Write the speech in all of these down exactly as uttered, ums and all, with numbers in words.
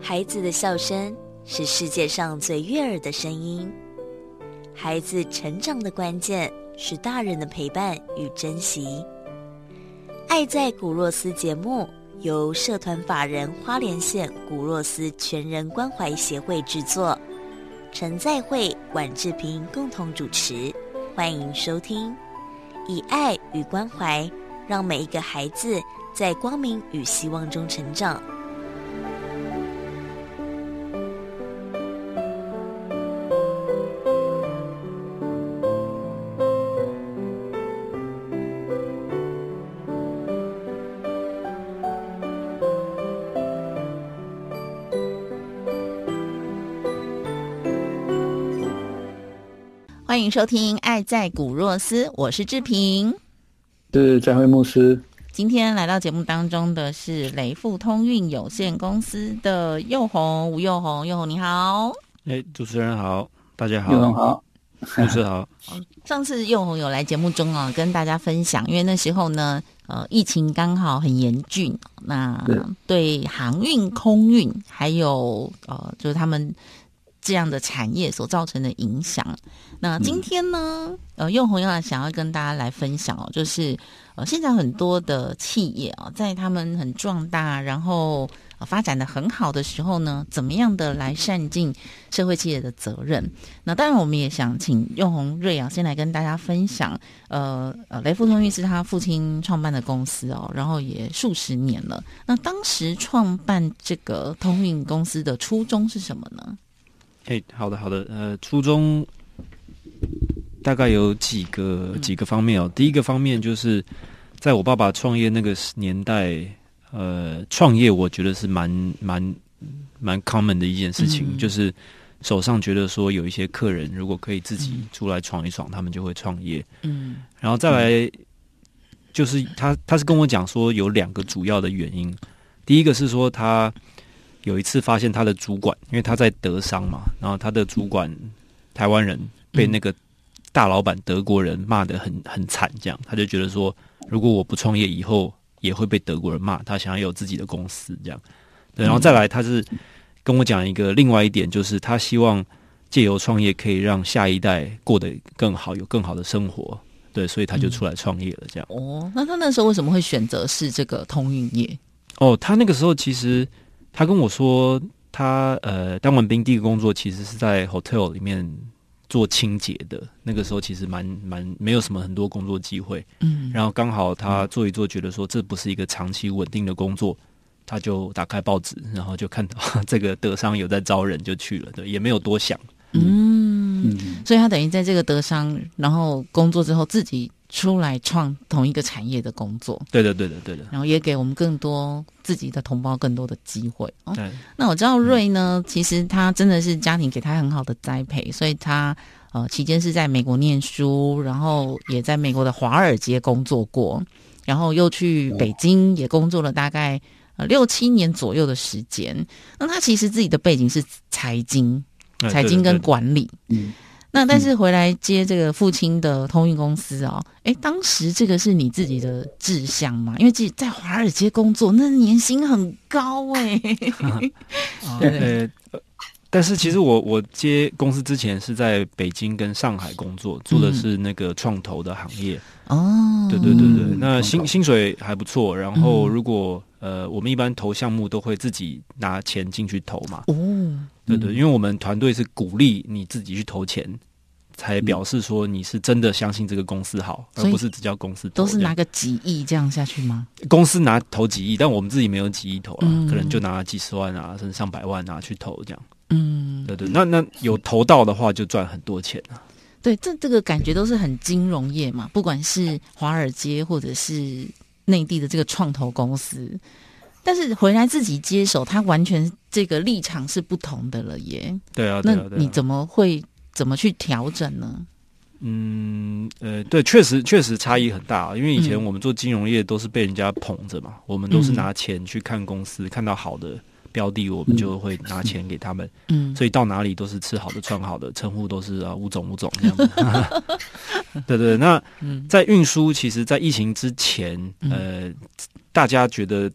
孩子的笑声是世界上最悦耳的声音，孩子成长的关键是大人的陪伴与珍惜。爱在古若斯节目由社团法人花莲县古若斯全人关怀协会制作，陈再慧、婉志平共同主持，欢迎收听。以爱与关怀，让每一个孩子在光明与希望中成长。 欢迎收听《爱在古若斯》，我是志平， 是再会牧师。 今天来到节目当中的是雷富通运有限公司的佑宏，吴佑宏，佑宏你好。 哎，主持人好，大家好。 佑宏好， 牧师好。 上次佑宏有来节目中啊，跟大家分享，因为那时候呢，呃，疫情刚好很严峻，那对航运、空运还有呃，就是他们这样的产业所造成的影响。那今天呢，呃，佑宏要想要跟大家来分享哦，就是呃，现在很多的企业啊、哦，在他们很壮大，然后、呃、发展的很好的时候呢，怎么样的来善尽社会企业的责任？那当然，我们也想请佑宏瑞啊，先来跟大家分享，呃呃，雷富通运是他父亲创办的公司哦，然后也数十年了。那当时创办这个通运公司的初衷是什么呢？ 哎，好的好的，呃，初衷大概有几个几个方面哦。第一个方面就是在我爸爸创业那个年代，呃，创业我觉得是蛮蛮蛮 common 的一件事情，嗯、就是手上觉得说有一些客人如果可以自己出来闯一闯，嗯、他们就会创业。嗯，然后再来就是他他是跟我讲说有两个主要的原因，第一个是说他有一次发现他的主管，因为他在德商嘛，然后他的主管台湾人被那个大老板德国人骂得很很惨，这样他就觉得说，如果我不创业，以后也会被德国人骂。他想要有自己的公司，这样。对，然后再来，他是跟我讲一个另外一点，就是他希望借由创业可以让下一代过得更好，有更好的生活。对，所以他就出来创业了，这样。 哦，那他那时候为什么会选择是这个通运业？ 哦，他那个时候其实。他跟我说他，呃当完兵第一个工作其实是在 hotel 里面做清洁的。那个时候其实蛮蛮没有什么很多工作机会，嗯，然后刚好他做一做，觉得说这不是一个长期稳定的工作，他就打开报纸，然后就看到这个德商有在招人，就去了，对，也没有多想。 嗯，嗯所以他等于在这个德商，然后工作之后自己出来创同一个产业的工作， 对的，对的，对的， 然后也给我们更多自己的同胞更多的机会。哦， 对。 那我知道瑞呢，其实他真的是家庭给他很好的栽培，所以他呃期间是在美国念书，然后也在美国的华尔街工作过，然后又去北京也工作了大概呃六七年左右的时间。那他其实自己的背景是财经。财经跟管理，嗯，那但是回来接这个父亲的通运公司哦，哎，当时这个是你自己的志向吗？因为自己在华尔街工作，那年薪很高哎、欸啊。呃，但是其实我我接公司之前是在北京跟上海工作，做的是那个创投的行业。哦，对对对对，那薪薪水还不错。然后如果、嗯、呃，我们一般投项目都会自己拿钱进去投嘛。哦。对对，因为我们团队是鼓励你自己去投钱，才表示说你是真的相信这个公司好，而不是只叫公司投。 都是拿个几亿这样下去吗？ 公司拿投几亿，但我们自己没有几亿投啊，嗯、可能就拿几十万啊，甚至上百万啊去投这样。嗯，对对，那那有投到的话就赚很多钱啊。 对，这这个感觉都是很金融业嘛，不管是华尔街或者是内地的这个创投公司。但是回来自己接手，他完全这个立场是不同的了耶。 对啊，对啊，对啊。 那你怎么会怎么去调整呢？ 嗯，呃，对，确实确实差异很大。因为以前我们做金融业都是被人家捧着嘛，嗯、我们都是拿钱去看公司，嗯、看到好的标的，我们就会拿钱给他们。嗯，所以到哪里都是吃好的、穿好的，称呼都是啊吴总吴总这样子。对对，那在运输，其实，在疫情之前，呃，大家觉得。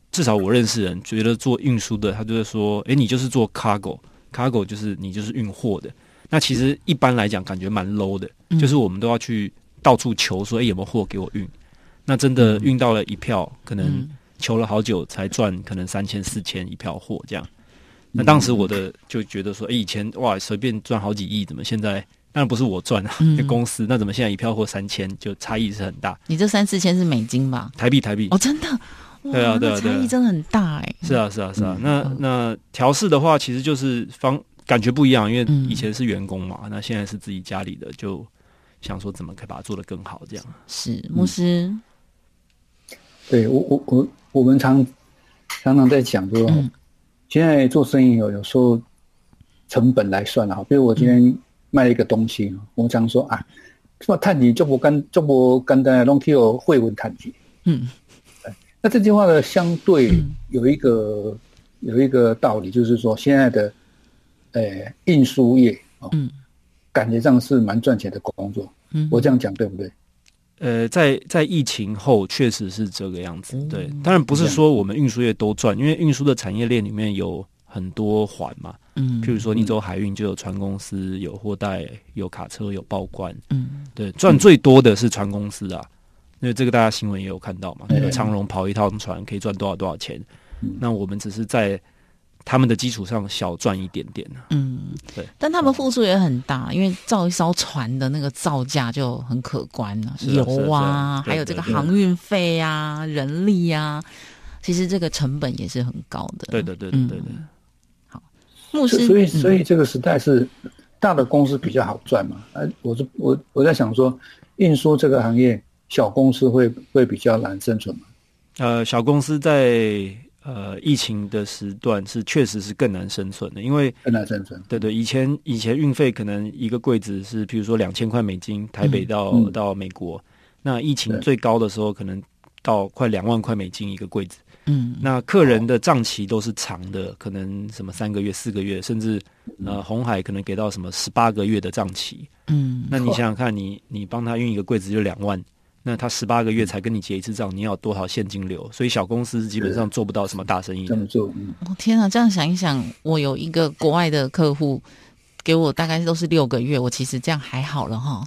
至少我认识人觉得做运输的，他就会说，哎，你就是做 cargo，cargo 就是你就是运货的。那其实一般来讲感觉蛮 low 的，嗯、就是我们都要去到处求说，哎，有没有货给我运？那真的运到了一票，可能求了好久才赚，可能三千四千一票货这样。那当时我的就觉得说，哎，以前哇随便赚好几亿，怎么现在？当然不是我赚啊，嗯、公司那怎么现在一票货三千，就差异是很大。 你这三四千是美金吧？ 台币，台币。 哦，真的？ 对啊，对啊， 差异真的很大哎、 欸。是啊，是啊，是啊。嗯、那那调试的话，其实就是方感觉不一样，因为以前是员工嘛，嗯、那现在是自己家里的，就想说怎么可以把它做得更好，这样。 是牧师。嗯、 对我我我我们常常常在讲说，嗯、现在做生意有有时候成本来算啊，比如我今天。嗯卖一个东西，我们常说啊，什么碳体就不干就不简单，拢去有汇文碳体。嗯，那这句话呢，相对有一个、嗯、有一个道理，就是说现在的呃运输业哦，嗯，感觉上是蛮赚钱的工作。嗯，我这样讲对不对？ 呃，在在疫情后确实是这个样子。嗯、对，当然不是说我们运输业都赚，因为运输的产业链里面有很多环嘛。嗯，譬如说你走海运就有船公司，有货代，有卡车，有报关。嗯，对，赚最多的是船公司啊，因为这个大家新闻也有看到嘛。那个长荣跑一趟船可以赚多少多少钱，嗯、那我们只是在他们的基础上小赚一点点、啊、嗯，对。 但他们付出也很大，因为造一艘船的那个造价就很可观了、啊，油啊，还有这个航运费啊，人力啊，其实这个成本也是很高的。 对的，对的，对的。嗯牧师，所以所以这个时代是大的公司比较好赚嘛？啊，我是我我在想说，运输这个行业，小公司会会比较难生存吗？ 呃，小公司在呃疫情的时段是确实是更难生存的，因为更难生存。 对对，以前以前运费可能一个柜子是，譬如说两千块美金，台北到、嗯、到美国，那疫情最高的时候可能到快两万块美金一个柜子。嗯，那客人的账期都是长的，可能什么三个月、四个月，甚至呃鸿海可能给到什么十八个月的账期。嗯，那你想想看，你你帮他运一个柜子就两万，那他十八个月才跟你结一次账，你要有多少现金流？所以小公司基本上做不到什么大生意。 这么做，嗯， 我、哦、天啊！这样想一想，我有一个国外的客户，给我大概都是六个月，我其实这样还好了哈。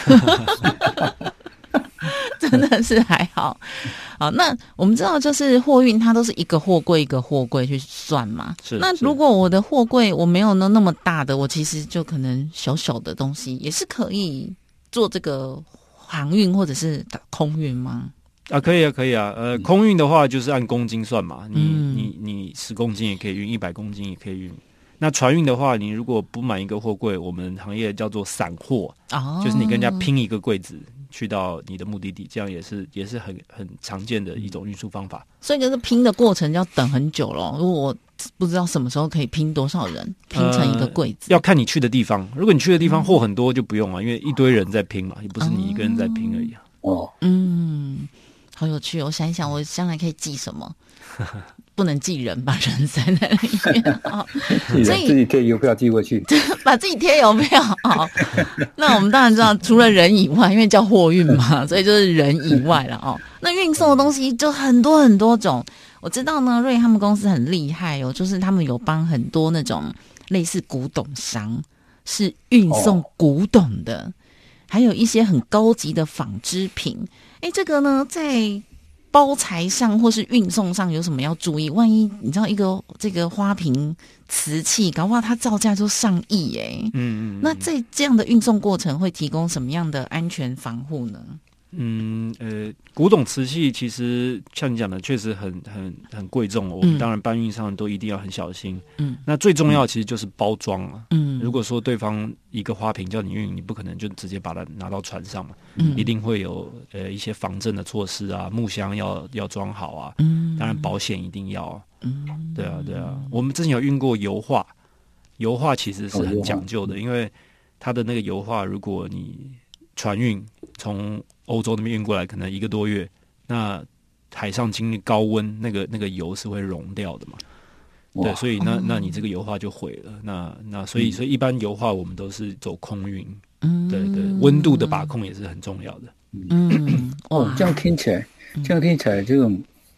真的是还好。好，那我们知道就是货运它都是一个货柜一个货柜去算嘛。 是。 那如果我的货柜我没有那那么大的，我其实就可能小小的东西也是可以做这个航运或者是空运吗？ 啊，可以啊，可以啊。呃，空运的话就是按公斤算嘛，你、嗯、你你十公斤也可以运，一百公斤也可以运。那船运的话，你如果不买一个货柜，我们行业叫做散货，哦、就是你跟人家拼一个柜子去到你的目的地，这样也是也是很很常见的一种运输方法。 所以这个拼的过程要等很久了，如果我不知道什么时候可以拼多少人拼成一个柜子、 呃，要看你去的地方。如果你去的地方货很多就不用了，因为一堆人在拼嘛，也不是你一个人在拼而已、啊。 哦， 嗯，好有趣。我想一想，我将来可以记什么？不能寄人，把人塞在里面啊！ 所以自己贴邮票寄过去， 把自己贴邮票啊！那我们当然知道，除了人以外，因为叫货运嘛，所以就是人以外了哦。那运送的东西就很多很多种。我知道呢，瑞他们公司很厉害哦，就是他们有帮很多那种类似古董商是运送古董的，哦、还有一些很高级的纺织品。哎，这个呢，在包材上或是运送上有什么要注意？万一你知道一个这个花瓶瓷器，搞不好它造价就上亿哎、欸。嗯嗯。那在这样的运送过程会提供什么样的安全防护呢？ 嗯呃，古董瓷器其实像你讲的，确实很很很贵重、哦。我们当然搬运上都一定要很小心。嗯。那最重要其实就是包装啊。嗯。如果说对方一个花瓶叫你运，你不可能就直接把它拿到船上嘛。嗯。一定会有呃一些防震的措施啊，木箱要要装好啊。嗯。当然保险一定要。嗯。对啊对啊，我们之前有运过油画，油画其实是很讲究的，因为它的那个油画，如果你船运从欧洲那边运过来，可能一个多月，那海上经历高温，那个那个油是会溶掉的嘛？对，所以那那你这个油画就毁了。那那所以所以一般油画我们都是走空运，嗯，对对，温度的把控也是很重要的。 嗯，哦，这样听起来，这样听起来，这种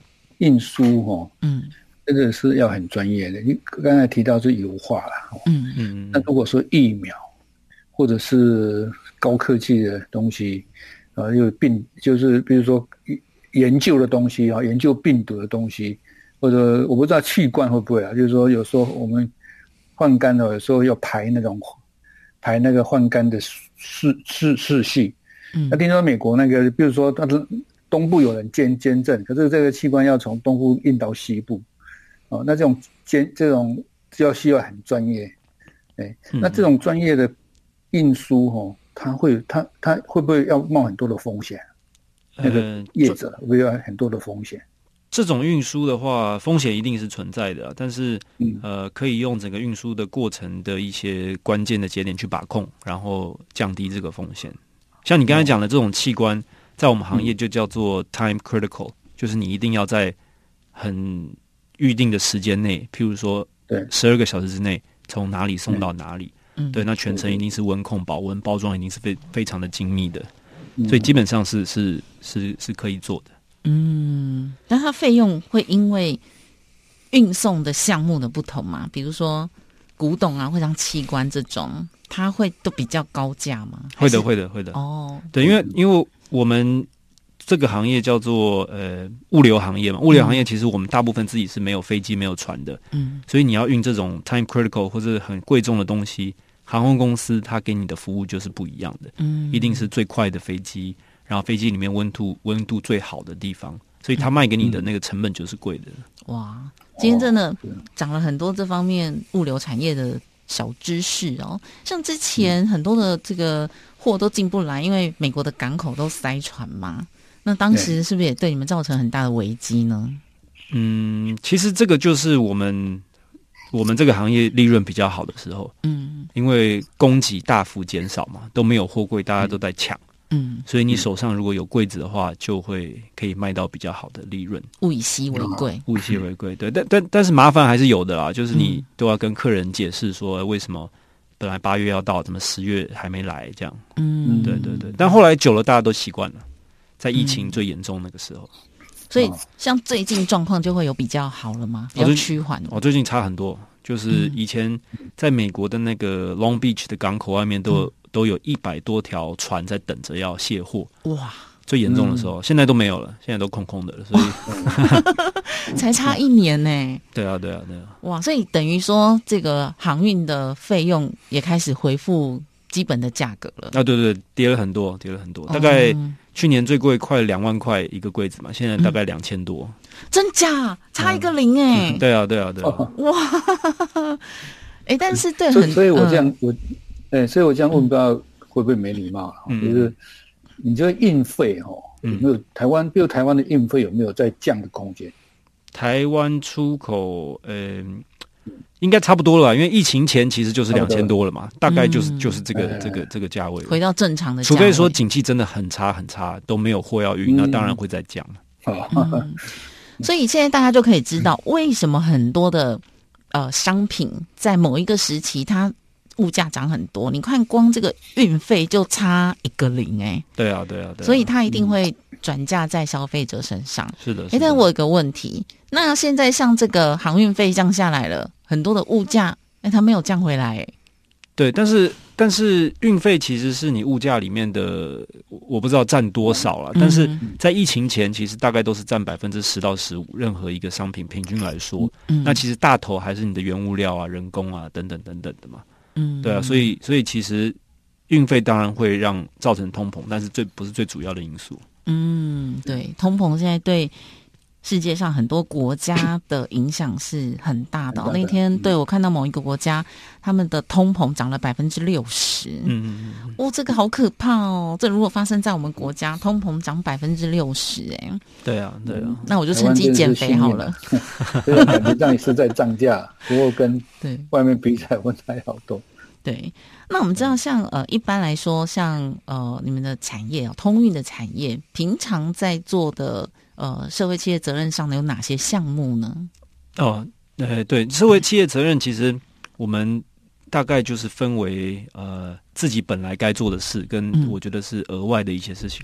运输哦， 嗯， 这个是要很专业的。你刚才提到是油画啦， 嗯嗯， 那如果说疫苗或者是高科技的东西，呃，有病就是比如说研究的东西啊，研究病毒的东西，或者我不知道气罐会不会啊，就是说有时候我们换肝的，有时候要排那种排那个换肝的次次次序。嗯，那听说美国那个，比如说它的东部有人捐捐赠，可是这个器官要从东部运到西部，哦，那这种捐这种就要需要很专业，哎，那这种专业的运输哦，它会它它会不会要冒很多的风险？那个业者会不会要很多的风险？ 这种运输的话，风险一定是存在的，但是、嗯、呃，可以用整个运输的过程的一些关键的节点去把控，然后降低这个风险。像你刚才讲的这种器官，在我们行业就叫做 time critical， 就是你一定要在很预定的时间内，譬如说十二个小时之内，从哪里送到哪里。嗯，对，那全程一定是温控、保温、包装一定是非非常的精密的，所以基本上是是是是可以做的。 嗯，那它费用会因为运送的项目的不同嘛？比如说古董啊，或像器官这种，它会都比较高价吗？ 会的，会的，会的。哦，对，因为因为我们这个行业叫做呃物流行业嘛，物流行业其实我们大部分自己是没有飞机、没有船的，嗯，所以你要运这种 time critical 或者很贵重的东西，航空公司它给你的服务就是不一样的，嗯，一定是最快的飞机。然后飞机里面温度温度最好的地方，所以他卖给你的那个成本就是贵的。 哇，今天真的讲了很多这方面物流产业的小知识哦。像之前很多的这个货都进不来，因为美国的港口都塞船嘛。那当时是不是也对你们造成很大的危机呢？ 嗯，其实这个就是我们我们这个行业利润比较好的时候，嗯，因为供给大幅减少嘛，都没有货柜，大家都在抢。嗯，所以你手上如果有柜子的话，就会可以卖到比较好的利润。 物以稀为贵， 物以稀为贵，对，但但但是麻烦还是有的啦，就是你都要跟客人解释说为什么本来八月要到，怎么十月还没来这样。嗯，对对对。但后来久了，大家都习惯了，在疫情最严重那个时候。 所以像最近状况就会有比较好了吗？比较趋缓。 哦，最近差很多，就是以前在美国的那个 Long Beach 的港口外面都有。嗯都有一百多条船在等着要卸货，哇！最严重的时候，嗯、现在都没有了，现在都空空的了，所以才差一年呢、欸。 对啊，对啊，对啊！ 哇，所以等于说这个航运的费用也开始恢复基本的价格了。 啊，对对，跌了很多，跌了很多，大概去年最贵快两万块一个柜子嘛，现在大概两千多、嗯， 真假差一个零哎、欸嗯！ 对啊，对啊，对啊！ 哇，哎、欸，但是对很， 所以我这样、嗯、我。对，所以我这样问，不知道会不会没礼貌、嗯、就是你这个运费哦，有没有、嗯、台湾，比如台湾的运费有没有在降的空间？ 台湾出口，呃，应该差不多了吧？因为疫情前其实就是两千多了嘛，大概就是、嗯、就是这个这个这个价位， 回到正常的价位。 除非说景气真的很差很差，都没有货要运、嗯，那当然会再降。 嗯、所以现在大家就可以知道，为什么很多的呃商品在某一个时期它。物价涨很多，你看光这个运费就差一个零哎、欸， 对啊对啊对啊， 所以它一定会转嫁在消费者身上。 嗯、是的， 哎，但我有个问题，那现在像这个航运费降下来了，很多的物价，哎，它没有降回来哎、欸。 对，但是但是运费其实是你物价里面的，我不知道占多少了、嗯，但是在疫情前其实大概都是占百分之十到十五，任何一个商品平均来说、嗯，那其实大头还是你的原物料啊、人工啊等等等等的嘛。嗯，对啊，所以所以其实运费当然会让造成通膨，但是最不是最主要的因素。 嗯，对，通膨现在对世界上很多国家的影响是很大的、哦。那天对我看到某一个国家，他们的通膨涨了百分之六十。嗯嗯嗯，哦，这个好可怕哦！这如果发生在我们国家，通膨涨百分之六十，哎， 对啊，对啊， 那我就趁机减肥好了。 这个感觉上也是在涨价，不过跟对外面比起来，温差好多。 对，那我们知道像，像呃，一般来说，像呃，你们的产业啊，通运的产业，平常在做的呃，社会企业责任上呢，有哪些项目呢？ 哦，呃，对，社会企业责任，其实我们大概就是分为呃自己本来该做的事，跟我觉得是额外的一些事情哦。嗯、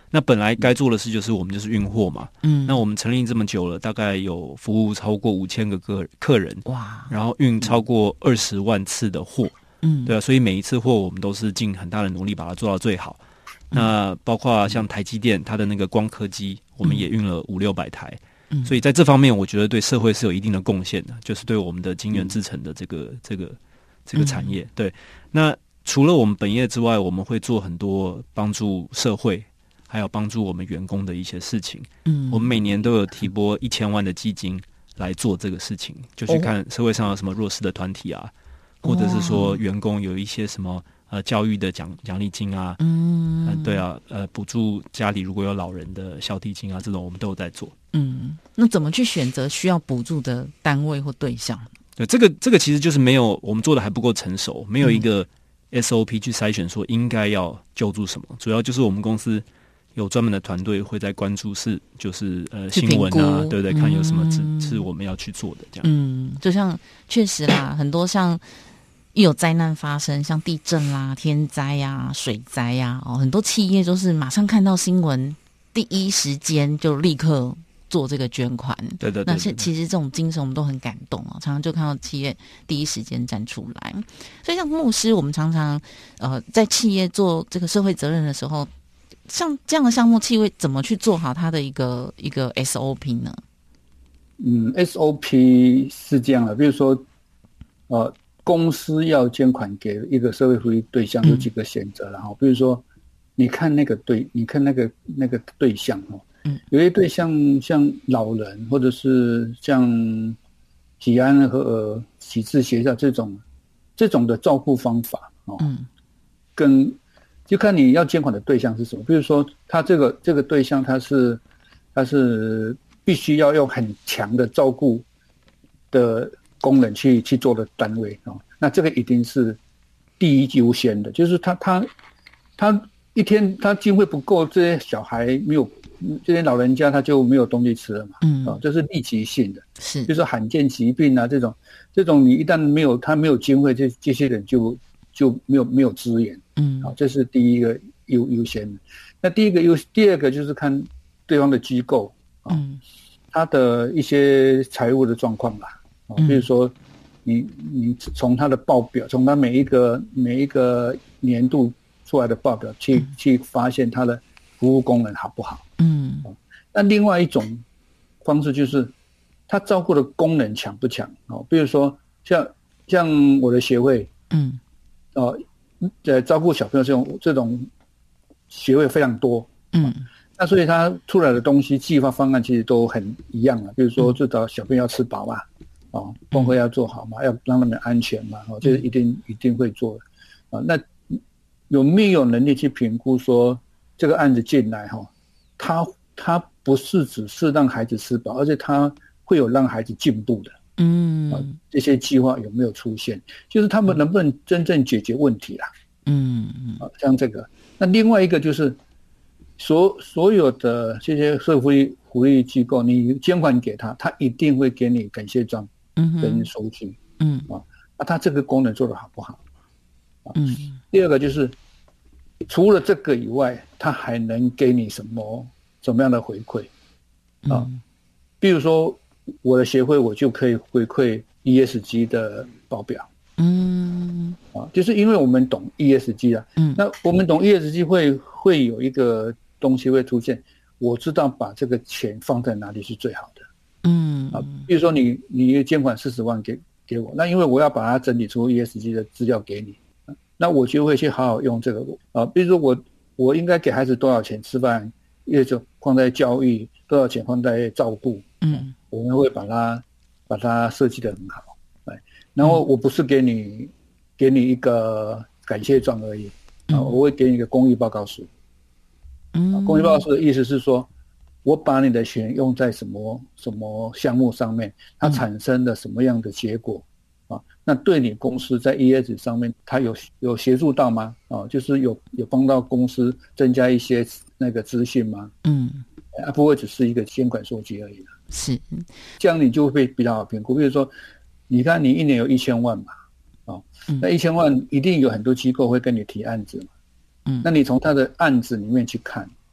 那本来该做的事就是我们就是运货嘛， 嗯， 那我们成立这么久了，大概有服务超过五千个客客人， 哇， 然后运超过二十万次的货， 嗯， 对啊，所以每一次货我们都是尽很大的努力把它做到最好。那包括像台积电它的那个光刻机，我们也运了五六百台，嗯，所以在这方面我觉得对社会是有一定的贡献的，就是对我们的晶圆制程的这个这个这个产业。对，那除了我们本业之外，我们会做很多帮助社会还有帮助我们员工的一些事情。嗯，我们每年都有提拨一千万的基金来做这个事情，就去看社会上有什么弱势的团体啊，或者是说员工有一些什么呃教育的奖奖励金啊，嗯、呃，对啊，呃，补助家里如果有老人的孝悌金啊，这种我们都有在做。 嗯，那怎么去选择需要补助的单位或对象？ 对，这个这个其实就是没有我们做的还不够成熟，没有一个 S O P 去筛选说应该要救助什么。主要就是我们公司有专门的团队会在关注是就是呃新闻啊，对不对？看有什么是是我们要去做的这样。 嗯，就像确实啦，很多像一有灾难发生，像地震啦、天灾呀、水灾呀，哦，很多企业都是马上看到新闻，第一时间就立刻做这个捐款。 对对对， 那是其实这种精神我们都很感动哦，常常就看到企业第一时间站出来。所以像牧师，我们常常呃在企业做这个社会责任的时候，像这样的项目，企业怎么去做好它的一个一个 S O P 呢？ 嗯 ，S O P 是这样的，比如说呃。公司要捐款给一个社会福利对象，有几个选择，然后、嗯、比如说，你看那个对，你看那个那个对象哦，嗯，有些对象像老人，或者是像吉安和启智学校这种这种的照顾方法哦，嗯，跟就看你要捐款的对象是什么。比如说，他这个这个对象，他是他是必须要用很强的照顾的功能去去做的单位哦，那这个一定是第一优先的，就是他他他一天他经费不够，这些小孩没有，这些老人家他就没有东西吃了嘛，嗯，哦，这是立即性的， 是， 就是罕见疾病啊这种，这种你一旦没有他没有经费，这这些人就就没有没有资源，嗯，好，这是第一个优优先的。那第一个优，第二个就是看对方的机构啊，嗯，他的一些财务的状况啦。比如说你你从他的报表，从他每一个每一个年度出来的报表去、嗯、去发现他的服务功能好不好。嗯，那另外一种方式就是他照顾的功能强不强哦，比如说像像我的协会，嗯，哦，呃，照顾小朋友这种这种协会非常多，嗯，那所以他出来的东西计划方案其实都很一样啊，比如说至少小朋友要吃饱啊。哦，功课要做好嘛，要让他们安全嘛，哦，这是一定一定会做的，啊，那有没有能力去评估说这个案子进来哈，他他不是只是让孩子吃饱，而且他会有让孩子进步的，嗯，啊，这些计划有没有出现？就是他们能不能真正解决问题啦？嗯嗯，啊，像这个，那另外一个就是所所有的这些社会福利福利机构，你捐款给他，他一定会给你感谢状。跟收据，嗯啊，那他这个功能做得好不好？啊、嗯。第二个就是除了这个以外，他还能给你什么什么样的回馈？啊，嗯、比如说我的协会，我就可以回馈 E S G 的报表，嗯啊，就是因为我们懂 E S G 啊，嗯，那我们懂 E S G 会会有一个东西会出现，我知道把这个钱放在哪里是最好的。嗯啊，比如说你你捐款四十万给给我，那因为我要把它整理出 E S G 的资料给你，那我就会去好好用这个啊。比如说我我应该给孩子多少钱吃饭，也就放在教育，多少钱放在照顾，嗯，我们会把它把它设计得很好，哎，然后我不是给你给你一个感谢状而已啊，我会给你一个公益报告书，嗯，公益报告书的意思是说，我把你的钱用在什么什么项目上面，它产生了什么样的结果、嗯、啊？那对你公司在 E S G 上面，它有有协助到吗？啊，就是有有帮到公司增加一些那个资讯吗？嗯，啊，不会只是一个捐款数据而已。 是， 这样你就会比较好评估。比如说，你看你一年有一千万嘛，啊，嗯、那一千万一定有很多机构会跟你提案子嘛，嗯，那你从他的案子里面去看。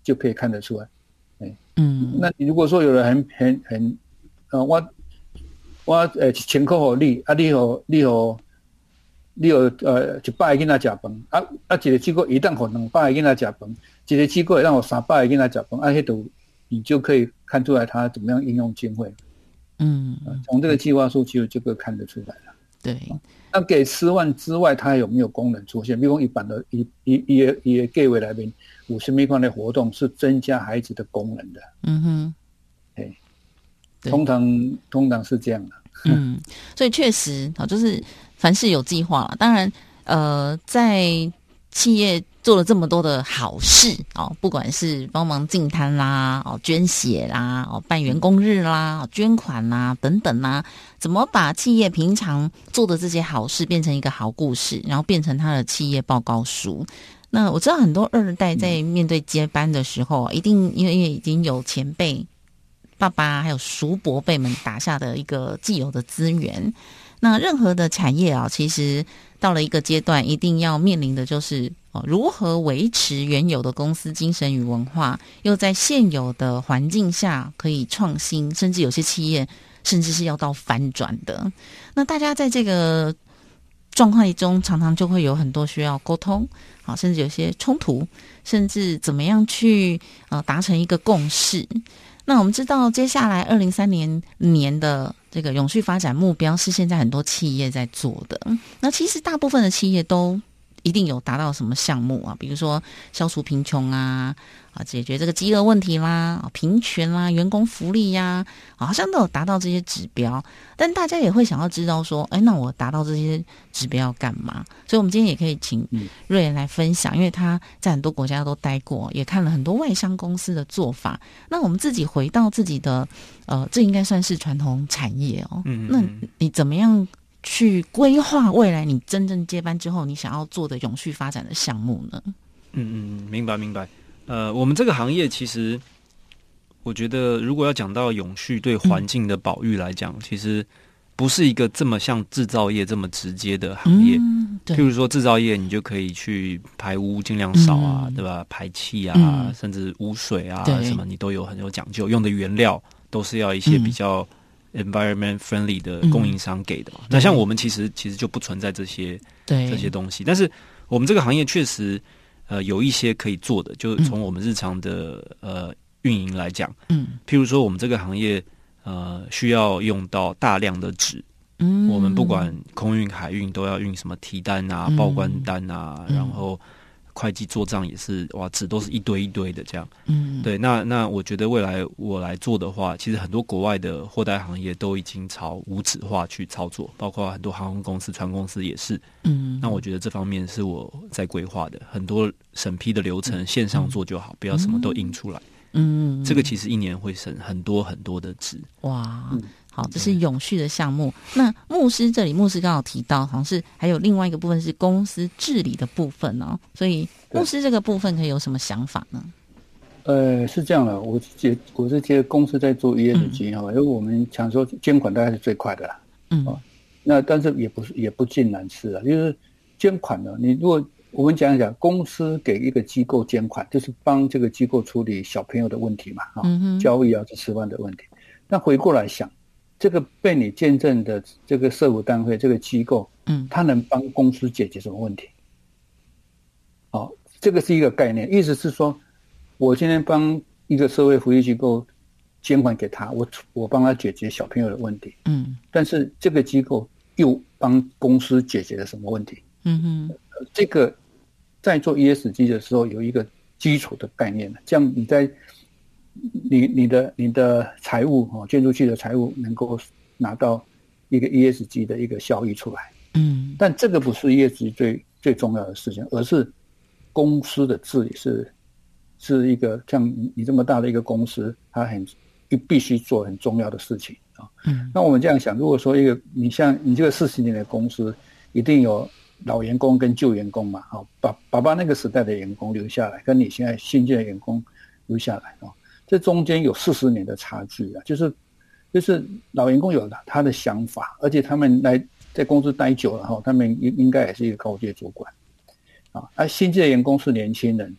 就可以看得出来。哎， 嗯， 那你如果说有人很很很，呃，我我呃千块给你，啊，你有你有你有呃一百个囡仔食饭，啊啊一个机构一旦给两百个囡仔食饭，一个机构让我三百个囡仔食饭，啊，迄度你就可以看出来他怎么样应用经费。 嗯， 从这个计划书其实就可以看得出来了。 对， 那给吃饭之外，它有没有功能出现？比如说一般的一一一一个计划里面，有什么款的活动是增加孩子的功能的？ 嗯哼， 哎，通常通常是这样的。 嗯，所以确实啊，就是凡事有计划啦。当然，呃，在企业做了这么多的好事哦，不管是帮忙净滩啦、哦捐血啦、哦办员工日啦、哦捐款啦等等啦，怎么把企业平常做的这些好事变成一个好故事，然后变成他的企业报告书？那我知道很多二代在面对接班的时候，一定因为已经有前辈、爸爸还有叔伯辈们打下的一个既有的资源。那任何的产业啊，其实到了一个阶段，一定要面临的就是哦，如何维持原有的公司精神与文化，又在现有的环境下可以创新，甚至有些企业甚至是要到翻转的。那大家在这个状态中，常常就会有很多需要沟通，好，甚至有些冲突，甚至怎么样去呃达成一个共识。那我们知道，接下来二零三零年的这个永续发展目标是现在很多企业在做的。那其实大部分的企业都一定有达到什么项目啊？比如说消除贫穷啊，啊，解决这个饥饿问题啦，啊，平权啦，员工福利呀，啊，好像都有达到这些指标。但大家也会想要知道说，哎，那我达到这些指标要干嘛？所以我们今天也可以请瑞妍来分享，因为他在很多国家都待过，也看了很多外商公司的做法。那我们自己回到自己的，呃，这应该算是传统产业哦。嗯，那你怎么样去规划未来你真正接班之后你想要做的永续发展的项目呢？ 嗯嗯，明白明白。呃，我们这个行业其实，我觉得如果要讲到永续对环境的保育来讲，嗯、其实不是一个这么像制造业这么直接的行业。嗯、譬如说制造业，你就可以去排污尽量少啊，嗯、对吧？排气啊，嗯、甚至污水啊什么，你都有很有讲究，用的原料都是要一些比较 environment friendly 的供应商给的嘛。嗯、那像我们其实其实就不存在这些这些东西，但是我们这个行业确实。呃，有一些可以做的，就从我们日常的呃运营来讲，嗯，譬如说我们这个行业呃需要用到大量的纸，嗯，我们不管空运、海运都要运什么提单啊、报关单啊，嗯、然后会计做账也是哇，纸都是一堆一堆的这样，嗯，对，那那我觉得未来我来做的话，其实很多国外的货代行业都已经朝无纸化去操作，包括很多航空公司、船公司也是，嗯，那我觉得这方面是我在规划的，很多审批的流程线上做就好，嗯、不要什么都印出来，嗯，这个其实一年会省很多很多的纸， 哇。嗯好，这是永续的项目。那牧师这里，牧师刚好提到，好像是还有另外一个部分是公司治理的部分哦。所以牧师这个部分可以有什么想法呢？ 呃，是这样的，我觉我是觉得公司在做 E S G 哈、嗯，因为我们常说监管大概是最快的啦，嗯，哦，那但是也不是也不尽然是啊，就是监管呢，你如果我们讲一讲，公司给一个机构监管，就是帮这个机构处理小朋友的问题嘛，哈、哦，嗯、教育啊、吃饭的问题。那回过来想。这个被你见证的这个社福单位这个机构，嗯，它能帮公司解决什么问题？哦，这个是一个概念，意思是说，我今天帮一个社会福利机构监管给他，我我帮他解决小朋友的问题，嗯，但是这个机构又帮公司解决了什么问题？嗯哼，这个在做 E S G 的时候有一个基础的概念，这样你在。你你的你的财务哦，建筑系的财务能够拿到一个 E S G 的一个效益出来，嗯，但这个不是 E S G 最最重要的事情，而是公司的治理是是一个像你这么大的一个公司，它很必须做很重要的事情啊。嗯，那我们这样想，如果说一个你像你这个四十年的公司，一定有老员工跟旧员工嘛，哦，把爸爸那个时代的员工留下来，跟你现在新进的员工留下来哦。这中间有四十年的差距啊，就是就是老员工有他的想法，而且他们来在公司待久了哈，他们应应该也是一个高阶主管啊，而新进的员工是年轻人，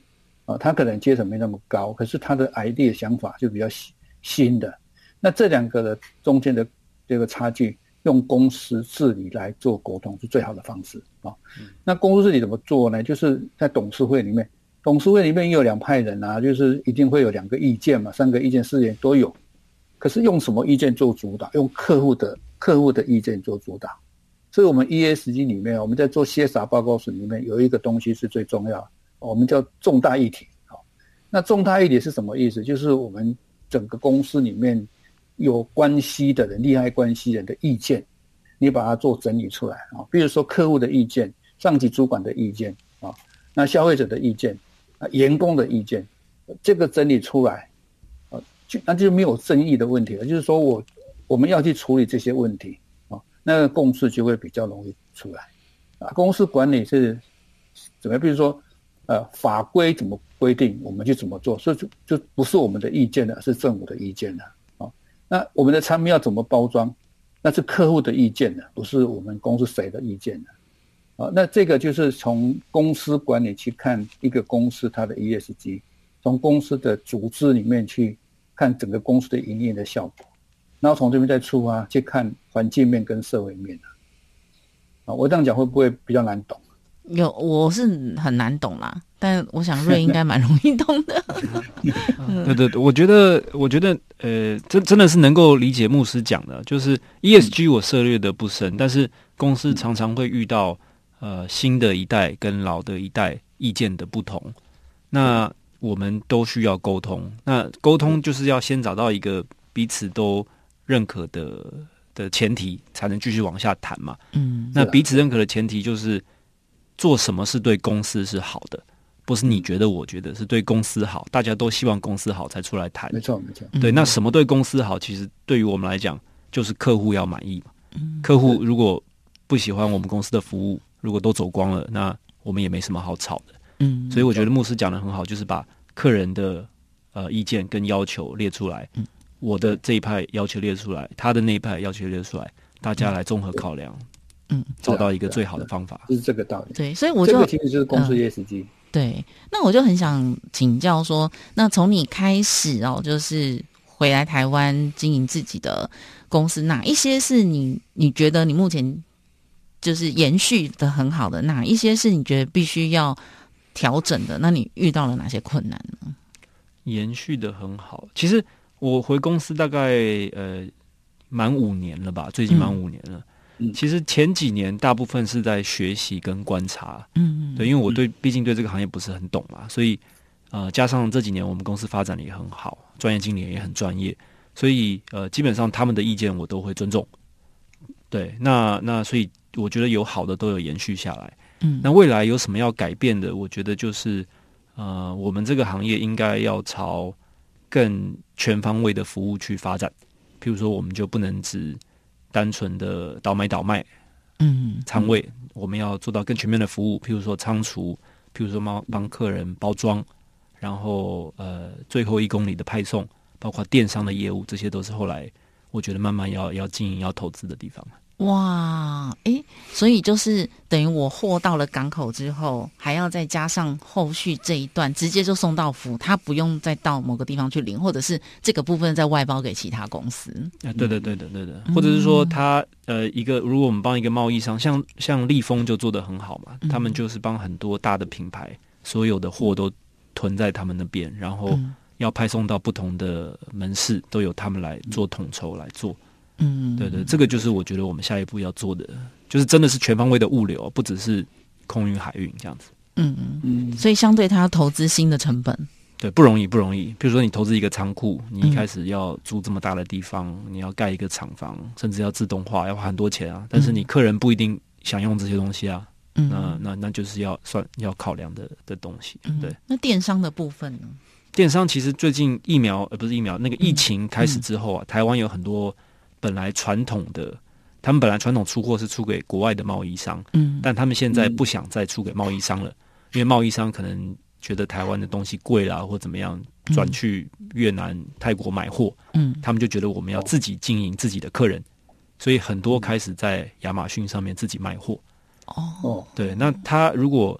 啊，他可能阶层没那么高，可是他的 idea 想法就比较新的。那这两个的中间的这个差距，用公司治理来做沟通是最好的方式啊。那公司治理怎么做呢？就是在董事会里面，董事会里面也有两派人啊，就是一定会有两个意见嘛，三个意见、四个意见都有。可是用什么意见做主导？用客户的客户的意见做主导。所以我们 E S G 里面，我们在做 C S R 报告时里面有一个东西是最重要的，我们叫重大议题。那重大议题是什么意思？就是我们整个公司里面有关系的人、利害关系人的意见，你把它做整理出来啊。比如说客户的意见、上级主管的意见啊，那消费者的意见、啊员工的意见，这个整理出来，啊，就那就没有争议的问题了。就是说我我们要去处理这些问题啊，那个共识就会比较容易出来啊。公司管理是怎么样？比如说呃法规怎么规定，我们就怎么做，所以就就不是我们的意见了，是政府的意见了啊。那我们的产品要怎么包装，那是客户的意见了，不是我们公司谁的意见了啊。那这个就是从公司管理去看一个公司它的 E S G， 从公司的组织里面去看整个公司的营业的效果，然后从这边再出发去看环境面跟社会面啊。我这样讲会不会比较难懂？ 有，我是很难懂啦，但我想瑞应该蛮容易懂的。 对对对，我觉得，我觉得，呃，真真的是能够理解牧师讲的，就是 E S G 我涉猎的不深，但是公司常常会遇到呃新的一代跟老的一代意见的不同，那我们都需要沟通。那沟通就是要先找到一个彼此都认可的的前提，才能继续往下谈嘛。嗯，那彼此认可的前提就是做什么是对公司是好的，不是你觉得我觉得，是对公司好，大家都希望公司好才出来谈。 没错没错。 对，那什么对公司好，其实对于我们来讲就是客户要满意嘛。嗯，客户如果不喜欢我们公司的服务，如果都走光了，那我们也没什么好吵的。嗯，所以我觉得牧师讲得很好，就是把客人的呃意见跟要求列出来，嗯，我的这一派要求列出来，他的那一派要求列出来，大家来综合考量。嗯，找到一个最好的方法， 就是这个道理。 对，所以我就这个其实就是公司 E S G。 嗯、对，那我就很想请教说，那从你开始哦，就是回来台湾经营自己的公司，哪一些是你你觉得你目前就是延续的很好的，哪一些是你觉得必须要调整的？那你遇到了哪些困难呢？ 延续的很好，其实我回公司大概呃满五年了吧，最近满五年了。嗯其实前几年大部分是在学习跟观察，嗯，对，因为我对毕竟对这个行业不是很懂嘛，所以呃加上这几年我们公司发展的也很好，专业经理也很专业，所以呃基本上他们的意见我都会尊重。对，那那所以我觉得有好的都有延续下来，嗯，那未来有什么要改变的？我觉得就是呃我们这个行业应该要朝更全方位的服务去发展，譬如说我们就不能只单纯的倒买倒卖，嗯，仓位我们要做到更全面的服务，譬如说仓储，譬如说帮帮客人包装，然后呃最后一公里的派送，包括电商的业务，这些都是后来我觉得慢慢要要经营、要投资的地方。 哇，诶，所以就是等于我货到了港口之后，还要再加上后续这一段，直接就送到府，他不用再到某个地方去领，或者是这个部分再外包给其他公司。 啊，对的，对的，对的，或者是说他呃一个，如果我们帮一个贸易商，像像立丰就做得很好嘛，他们就是帮很多大的品牌，所有的货都囤在他们那边，然后要派送到不同的门市，都由他们来做统筹来做。嗯，对对，这个就是我觉得我们下一步要做的，就是真的是全方位的物流，不只是空运海运这样子。 嗯嗯，所以相对它要投资新的成本， 对，不容易不容易。比如说你投资一个仓库，你一开始要租这么大的地方，嗯、你要盖一个厂房，甚至要自动化，要花很多钱啊。但是你客人不一定想用这些东西啊，嗯、那那那就是要算要考量的的东西。对、嗯， 那电商的部分呢？ 电商其实最近疫苗呃不是疫苗，那个疫情开始之后啊，嗯、台湾有很多。本来传统的，他们本来传统出货是出给国外的贸易商，嗯，但他们现在不想再出给贸易商了，因为贸易商可能觉得台湾的东西贵啦，或怎么样，转去越南、泰国买货，嗯，他们就觉得我们要自己经营自己的客人，所以很多开始在亚马逊上面自己卖货。哦，对，那他如果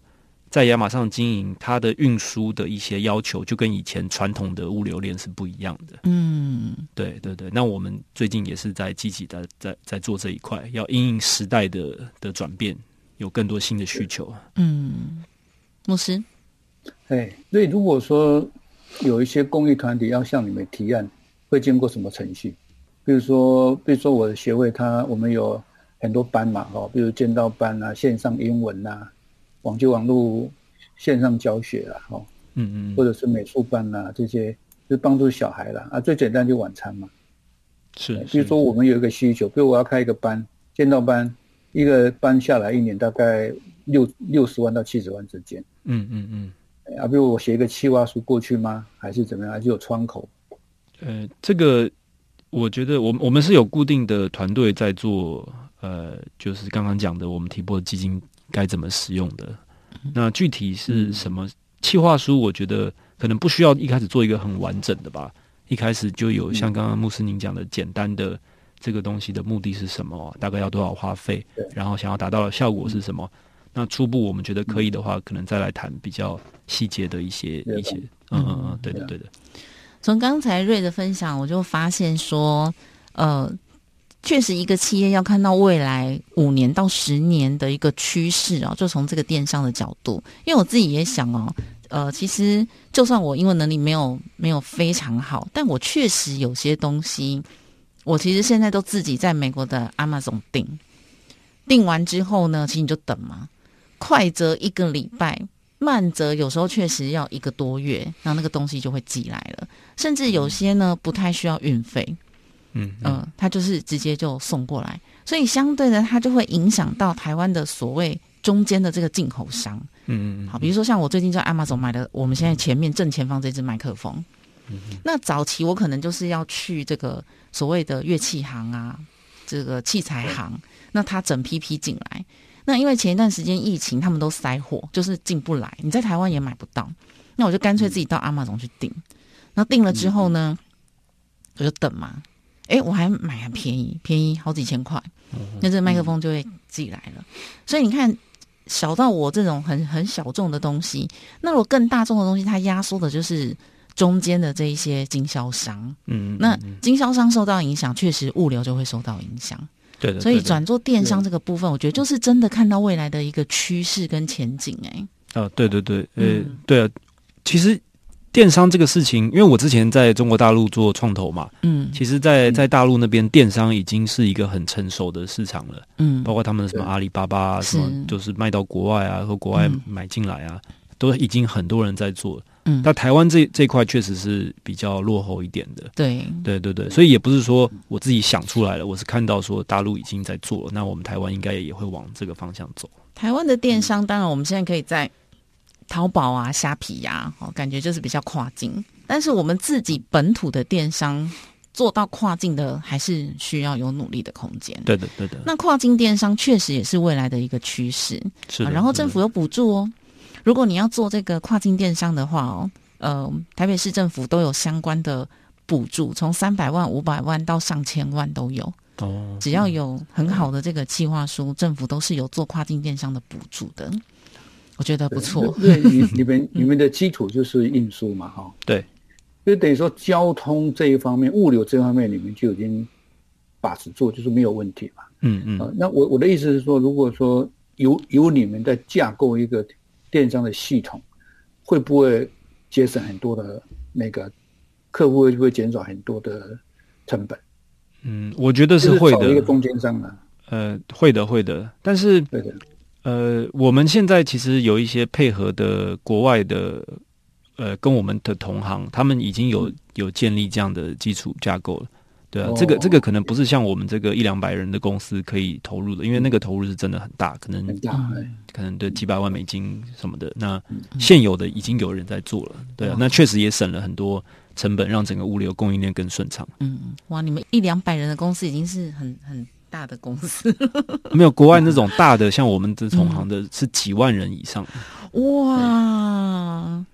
在亚马上经营，它的运输的一些要求就跟以前传统的物流链是不一样的。 嗯， 对对对。那我们最近也是在积极的在在做这一块，要因应时代的的转变，有更多新的需求。 嗯，牧师， 哎，所以如果说有一些公益团体要向你们提案，会经过什么程序？比如说，比如说我的协会它，我们有很多班嘛，哈，比如剑道班啊、线上英文啊、网际网络线上教学啦，哈， 嗯嗯， 或者是美术班啊，这些就是帮助小孩啦。啊，最简单就晚餐嘛。 是， 比如说我们有一个需求，比如我要开一个班，剑道班，一个班下来一年大概六六十万到七十万之间。 嗯嗯嗯。 啊，比如我写一个企划书过去吗？还是怎么样？还是有窗口？ 呃，这个我觉得我们我们是有固定的团队在做，呃，就是刚刚讲的我们提拨的基金该怎么使用的。那具体是什么企划书？我觉得可能不需要一开始做一个很完整的吧，一开始就有像刚刚牧师您讲的简单的这个东西的目的是什么，大概要多少花费，然后想要达到的效果是什么。那初步我们觉得可以的话，可能再来谈比较细节的一些一些，嗯嗯嗯，对的对的。 从刚才瑞的分享，我就发现说，呃，确实一个企业要看到未来五年到十年的一个趋势啊，就从这个电商的角度，因为我自己也想哦，呃，其实就算我英文能力没有没有非常好，但我确实有些东西，我其实现在都自己在美国的 Amazon 订，订完之后呢，其实你就等嘛。快则一个礼拜，慢则有时候确实要一个多月，然后那个东西就会寄来了。甚至有些呢不太需要运费，嗯嗯、呃，它就是直接就送过来，所以相对的它就会影响到台湾的所谓中间的这个进口商。嗯嗯，好，比如说像我最近在 Amazon 买的，我们现在前面正前方这支麦克风，嗯，那早期我可能就是要去这个所谓的乐器行啊，这个器材行，那它整批批进来。那因为前一段时间疫情，他们都塞货，就是进不来，你在台湾也买不到。那我就干脆自己到 Amazon 去订。那订了之后呢，我就等嘛。哎，我还买很便宜，便宜好几千块，那这个麦克风就会寄来了。所以你看，小到我这种很很小众的东西，那如果更大众的东西，它压缩的就是中间的这一些经销商。嗯，那经销商受到影响，确实物流就会受到影响。 对的， 所以转做电商这个部分，我觉得就是真的看到未来的一个趋势跟前景。哎， 啊，对对对，呃、嗯，对啊，其实电商这个事情，因为我之前在中国大陆做创投嘛，嗯，其实在，在在大陆那边，电商已经是一个很成熟的市场了，嗯，包括他们的什么阿里巴巴啊，什么就是卖到国外啊，和国外买进来啊，嗯、都已经很多人在做了。嗯，但台湾这这块确实是比较落后一点的。 对， 对对对，所以也不是说我自己想出来了，我是看到说大陆已经在做了，那我们台湾应该也会往这个方向走。 台湾的电商，当然我们现在可以在淘宝啊、虾皮呀、啊，感觉就是比较跨境。但是我们自己本土的电商做到跨境的，还是需要有努力的空间。 对的，对的。 那跨境电商确实也是未来的一个趋势。 是的、 啊，然后政府有补助哦。如果你要做这个跨境电商的话哦，呃，台北市政府都有相关的补助，从三百万、五百万到上千万都有。哦，只要有很好的这个企划书，政府都是有做跨境电商的补助的。我觉得不错。 对，你你们你们的基础就是运输嘛，哈。 对， 就等于说交通这一方面、物流这方面，你们就已经把持住，就是没有问题嘛。嗯嗯、呃。那我我的意思是说，如果说由由你们在架构一个电商的系统，会不会节省很多的那个客户，会不会减少很多的成本？ 嗯，我觉得是会的。 就是少一个中间商啊。 呃，会的，会的。但是， 对的。 呃，我们现在其实有一些配合的国外的，呃，跟我们的同行，他们已经有有建立这样的基础架构了。对啊，哦、这个这个可能不是像我们这个一两百人的公司可以投入的，因为那个投入是真的很大，可能很大， 可能对几百万美金什么的。那现有的已经有人在做了，对啊，那确实也省了很多成本，让整个物流供应链更顺畅。 嗯，哇，你们一两百人的公司已经是很很大的公司， 没有国外那种大的，像我们这同行的是几万人以上。 哇！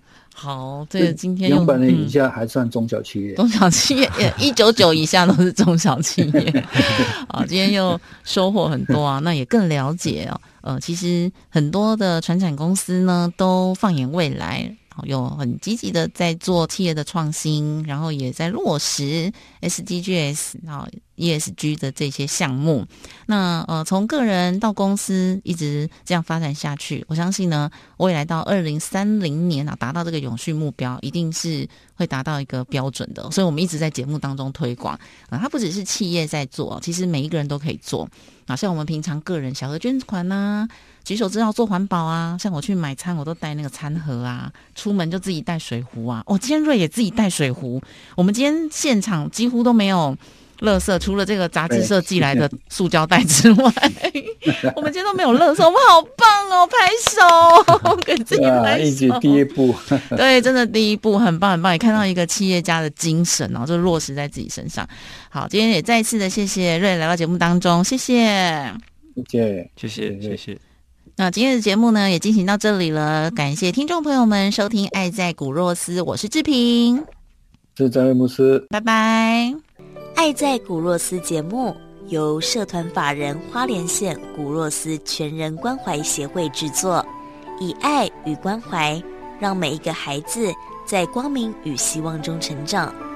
好，这个今天两百人以下还算中小企业， 中小企业一九九以下都是中小企业。好，今天又收获很多啊，那也更了解哦。呃，其实很多的传产公司呢，都放眼未来。有很积极的在做企业的创新，然后也在落实 S D Gs 啊 E S G 的这些项目。那呃，从个人到公司一直这样发展下去，我相信呢，未来到二零三零年啊，达到这个永续目标，一定是会达到一个标准的。所以我们一直在节目当中推广啊，它不只是企业在做，其实每一个人都可以做啊。像我们平常个人小额捐款啊。举手之劳做环保啊，像我去买餐我都带那个餐盒啊，出门就自己带水壶啊。哦，今天瑞也自己带水壶。我们今天现场几乎都没有垃圾，除了这个杂志社寄来的塑胶袋之外，我们今天都没有垃圾。我们好棒哦，拍手，给自己拍手。 一直第一步， 对，真的第一步很棒很棒，也看到一个企业家的精神哦，就落实在自己身上。好，今天也再一次的谢谢瑞来到节目当中，谢谢， 谢谢， 谢谢，谢谢。 那今天的节目呢也进行到这里了，感谢听众朋友们收听《爱在古若斯》，我是志平， 是张瑞牧师， 拜拜。 爱在古若斯节目由社团法人花莲县古若斯全人关怀协会制作，以爱与关怀让每一个孩子在光明与希望中成长。